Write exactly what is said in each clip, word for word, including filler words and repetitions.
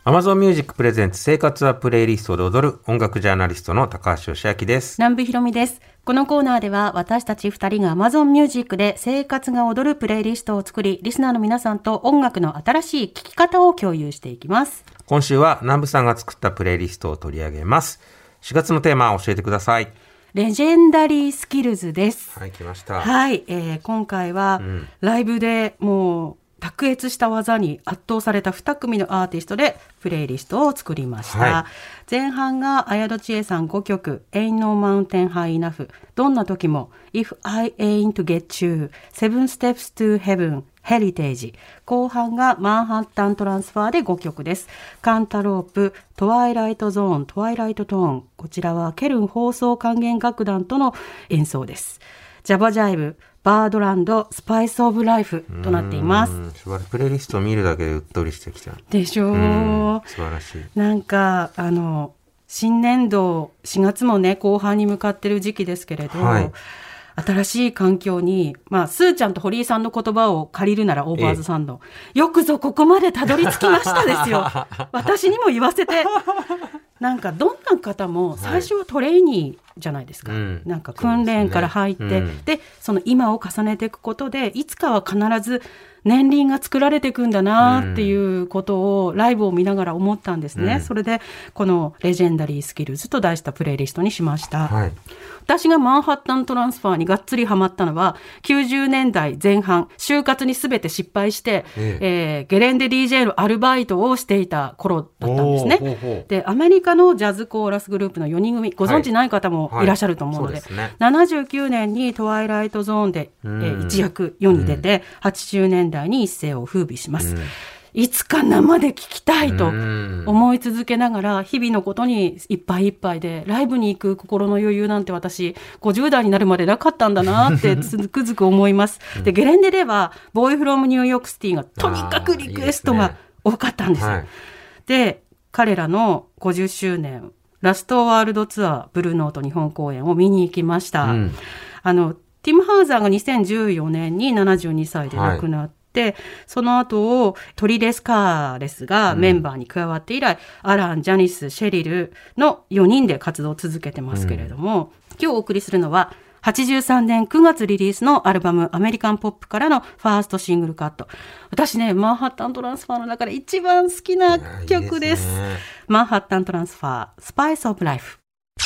Amazon Music プレゼンツ生活はプレイリストで踊る音楽ジャーナリストの高橋義明です。 南部ひろみです。このコーナーでは私たちふたりが Amazon Music で生活が踊るプレイリストを作り、リスナーの皆さんと音楽の新しい聴き方を共有していきます。 今週は南部さんが作ったプレイリストを取り上げます。しがつのテーマを教えてください。 レジェンダリースキルズです。 はい、来ました。 はい、えー、今回はライブでもう卓越した技に圧倒されたに組のアーティストでプレイリストを作りました、はい、前半が綾戸千恵さんごきょく Ain't No Mountain High Enough どんな時も If I Ain't Get You Seven Steps to Heaven Heritage 後半がマンハッタントランスファーでごきょくです。カンタロープ、トワイライトゾーン、トワイライトトーン、こちらはケルン放送管弦楽団との演奏です。ジャバジャイブ、バードランド、スパイスオブライフとなっています。 素晴らしい。プレイリストを見るだけでうっとりしてきた。 でしょう。うん素晴らしい。 なんかあの新年度しがつもね後半に向かってる時期ですけれど、はい、新しい環境に、まあ、スーちゃんと堀井さんの言葉を借りるならオーバーズサンド、よくぞここまでたどり着きましたですよ。私にも言わせて。なんかどんな方も最初はトレーニーじゃないですか、はい、なんか訓練から入って、で、ねうん、でその今を重ねていくことでいつかは必ず年輪が作られていくんだなっていうことをライブを見ながら思ったんですね、うん、それでこのレジェンダリースキルズと題したプレイリストにしました、はい、私がマンハッタントランスファーにがっつりハマったのはきゅうじゅうねんだいぜん半就活に全て失敗して、えええー、ゲレンデ ディージェー のアルバイトをしていた頃だったんですね。ほうほうでアメリカのジャズコーラスグループのよにん組ご存知ない方もいらっしゃると思うので、はいはい、ね、ななじゅうきゅうねんにトワイライトゾーンで、えー、一躍世に出て、うん、はちじゅうねんだいに一世を風靡します、うん、いつか生で聴きたいと思い続けながら日々のことにいっぱいいっぱいでライブに行く心の余裕なんて私ごじゅうだいになるまでなかったんだなってつくづく思いますでゲレンデではボーイフロムニューヨークシティがとにかくリクエストが多かったんですよ。はい、で彼らのごじゅっしゅうねんラストワールドツアーブルーノート日本公演を見に行きました、うん、あのティム・ハウザーがにせんじゅうよねんにななじゅうにさいで亡くなって、はい、その後トリデス・カーレスがメンバーに加わって以来、うん、アラン、ジャニス、シェリルのよにんで活動を続けてますけれども、うん、今日お送りするのははちじゅうさんねんくがつリリースのアルバムアメリカンポップからのファーストシングルカット。私ねマンハッタントランスファーの中で一番好きな曲です。いいですね、マンハッタントランスファースパイスオブライフ。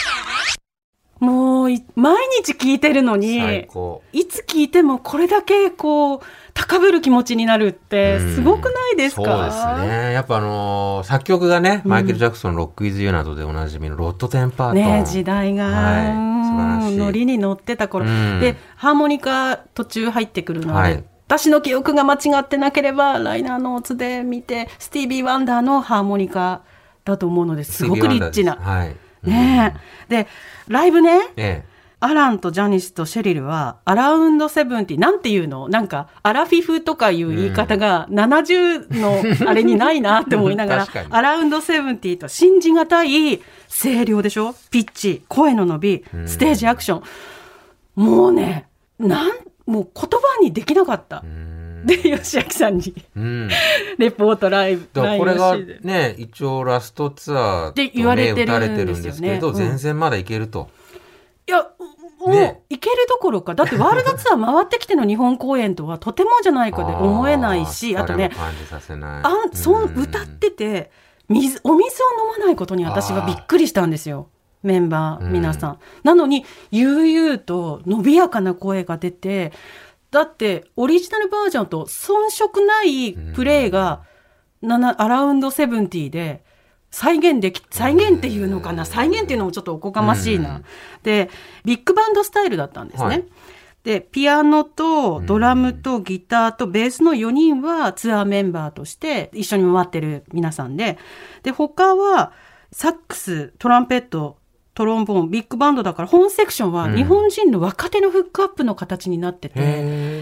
もう毎日聴いてるのにいつ聴いてもこれだけこう高ぶる気持ちになるってすごくないですか？ そうですね。やっぱあのー、作曲がね、うん、マイケル・ジャクソンのロック・イズ・ユーなどでおなじみのロッド・テンパートン、 ね、時代が、はい、素晴らしいノリに乗ってた頃、うん、でハーモニカ途中入ってくるので、はい、私の記憶が間違ってなければライナーノーツで見てスティービー・ワンダーのハーモニカだと思うのですごくリッチな、はいねうん、でライブね、ええ、アランとジャニスとシェリルはアラウンドセブンティなんていうのなんかアラフィフとかいう言い方がななじゅうのあれにないなって思いながらアラウンドセブンティと信じがたい声量でしょ、ピッチ、声の伸び、ステージアクション、もうねなんもう言葉にできなかった。で吉明さんに、うん、レポートライブだからこれがね一応ラストツアーと銘打たれてるんですけど、全然まだいけると。 いやもう、ね、いけるどころかだってワールドツアー回ってきての日本公演とはとてもじゃないかで思えないし、あとねあそ歌ってて水お水を飲まないことに私はびっくりしたんですよ、メンバー皆さん、うん、なのに悠々と伸びやかな声が出て、だってオリジナルバージョンと遜色ないプレイがななアラウンドセブンティで再現でき再現っていうのかな、再現っていうのもちょっとおこがましいな。でビッグバンドスタイルだったんですね、はい、でピアノとドラムとギターとベースのよにんはツアーメンバーとして一緒に回ってる皆さんで、で他はサックス、トランペット、トロンボーン、ビッグバンドだから本セクションは日本人の若手のフックアップの形になってて、うん、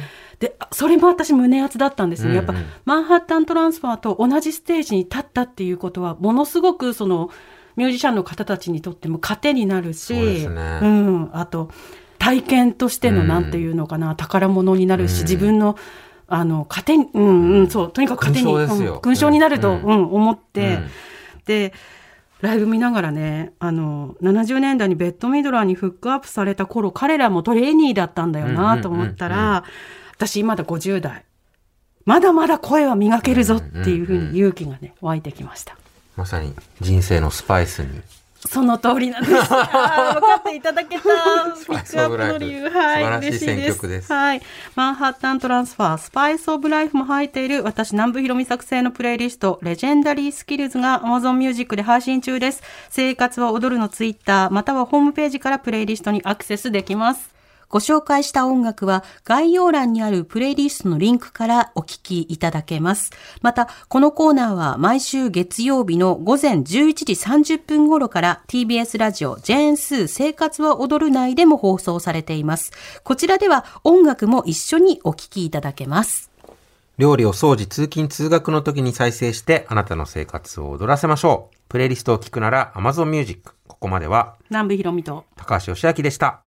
でそれも私胸熱だったんですね、うんうん、やっぱマンハッタントランスファーと同じステージに立ったっていうことはものすごくそのミュージシャンの方たちにとっても糧になるし、そうですね、うん、あと体験としてのなんていうのかな、うん、宝物になるし、自分のあの糧に、うんうん、そうとにかく糧に勲章ですよ、 うん、勲章になると、 うんうん思って、 うん、 でライブ見ながらね、あのななじゅうねんだいにベッドミドラーにフックアップされた頃、彼らもトレーニーだったんだよなと思ったら、うんうんうんうん、私まだごじゅうだい、まだまだ声は磨けるぞっていうふうに勇気がね湧いてきました。 まさに人生のスパイスに。 その通りなんです。あ分かっていただけた。ピックアップの理由、はい、 素晴らしい選曲です。 はい、マンハッタントランスファー、スパイスオブライフも入っている私南部ひろみ作成のプレイリストレジェンダリースキルズが Amazon Music で配信中です。生活は踊るのツイッターまたはホームページからプレイリストにアクセスできます。ご紹介した音楽は概要欄にあるプレイリストのリンクからお聞きいただけます。また、このコーナーは毎週月曜日の午前じゅういちじさんじゅっぷん頃から ティービーエス ラジオジェーンスー生活は踊る内でも放送されています。こちらでは音楽も一緒にお聞きいただけます。 料理を掃除、通勤、通学の時に再生してあなたの生活を踊らせましょう。プレイリストを聞くなら Amazon Music。ここまでは南部ひろみと高橋義明でした。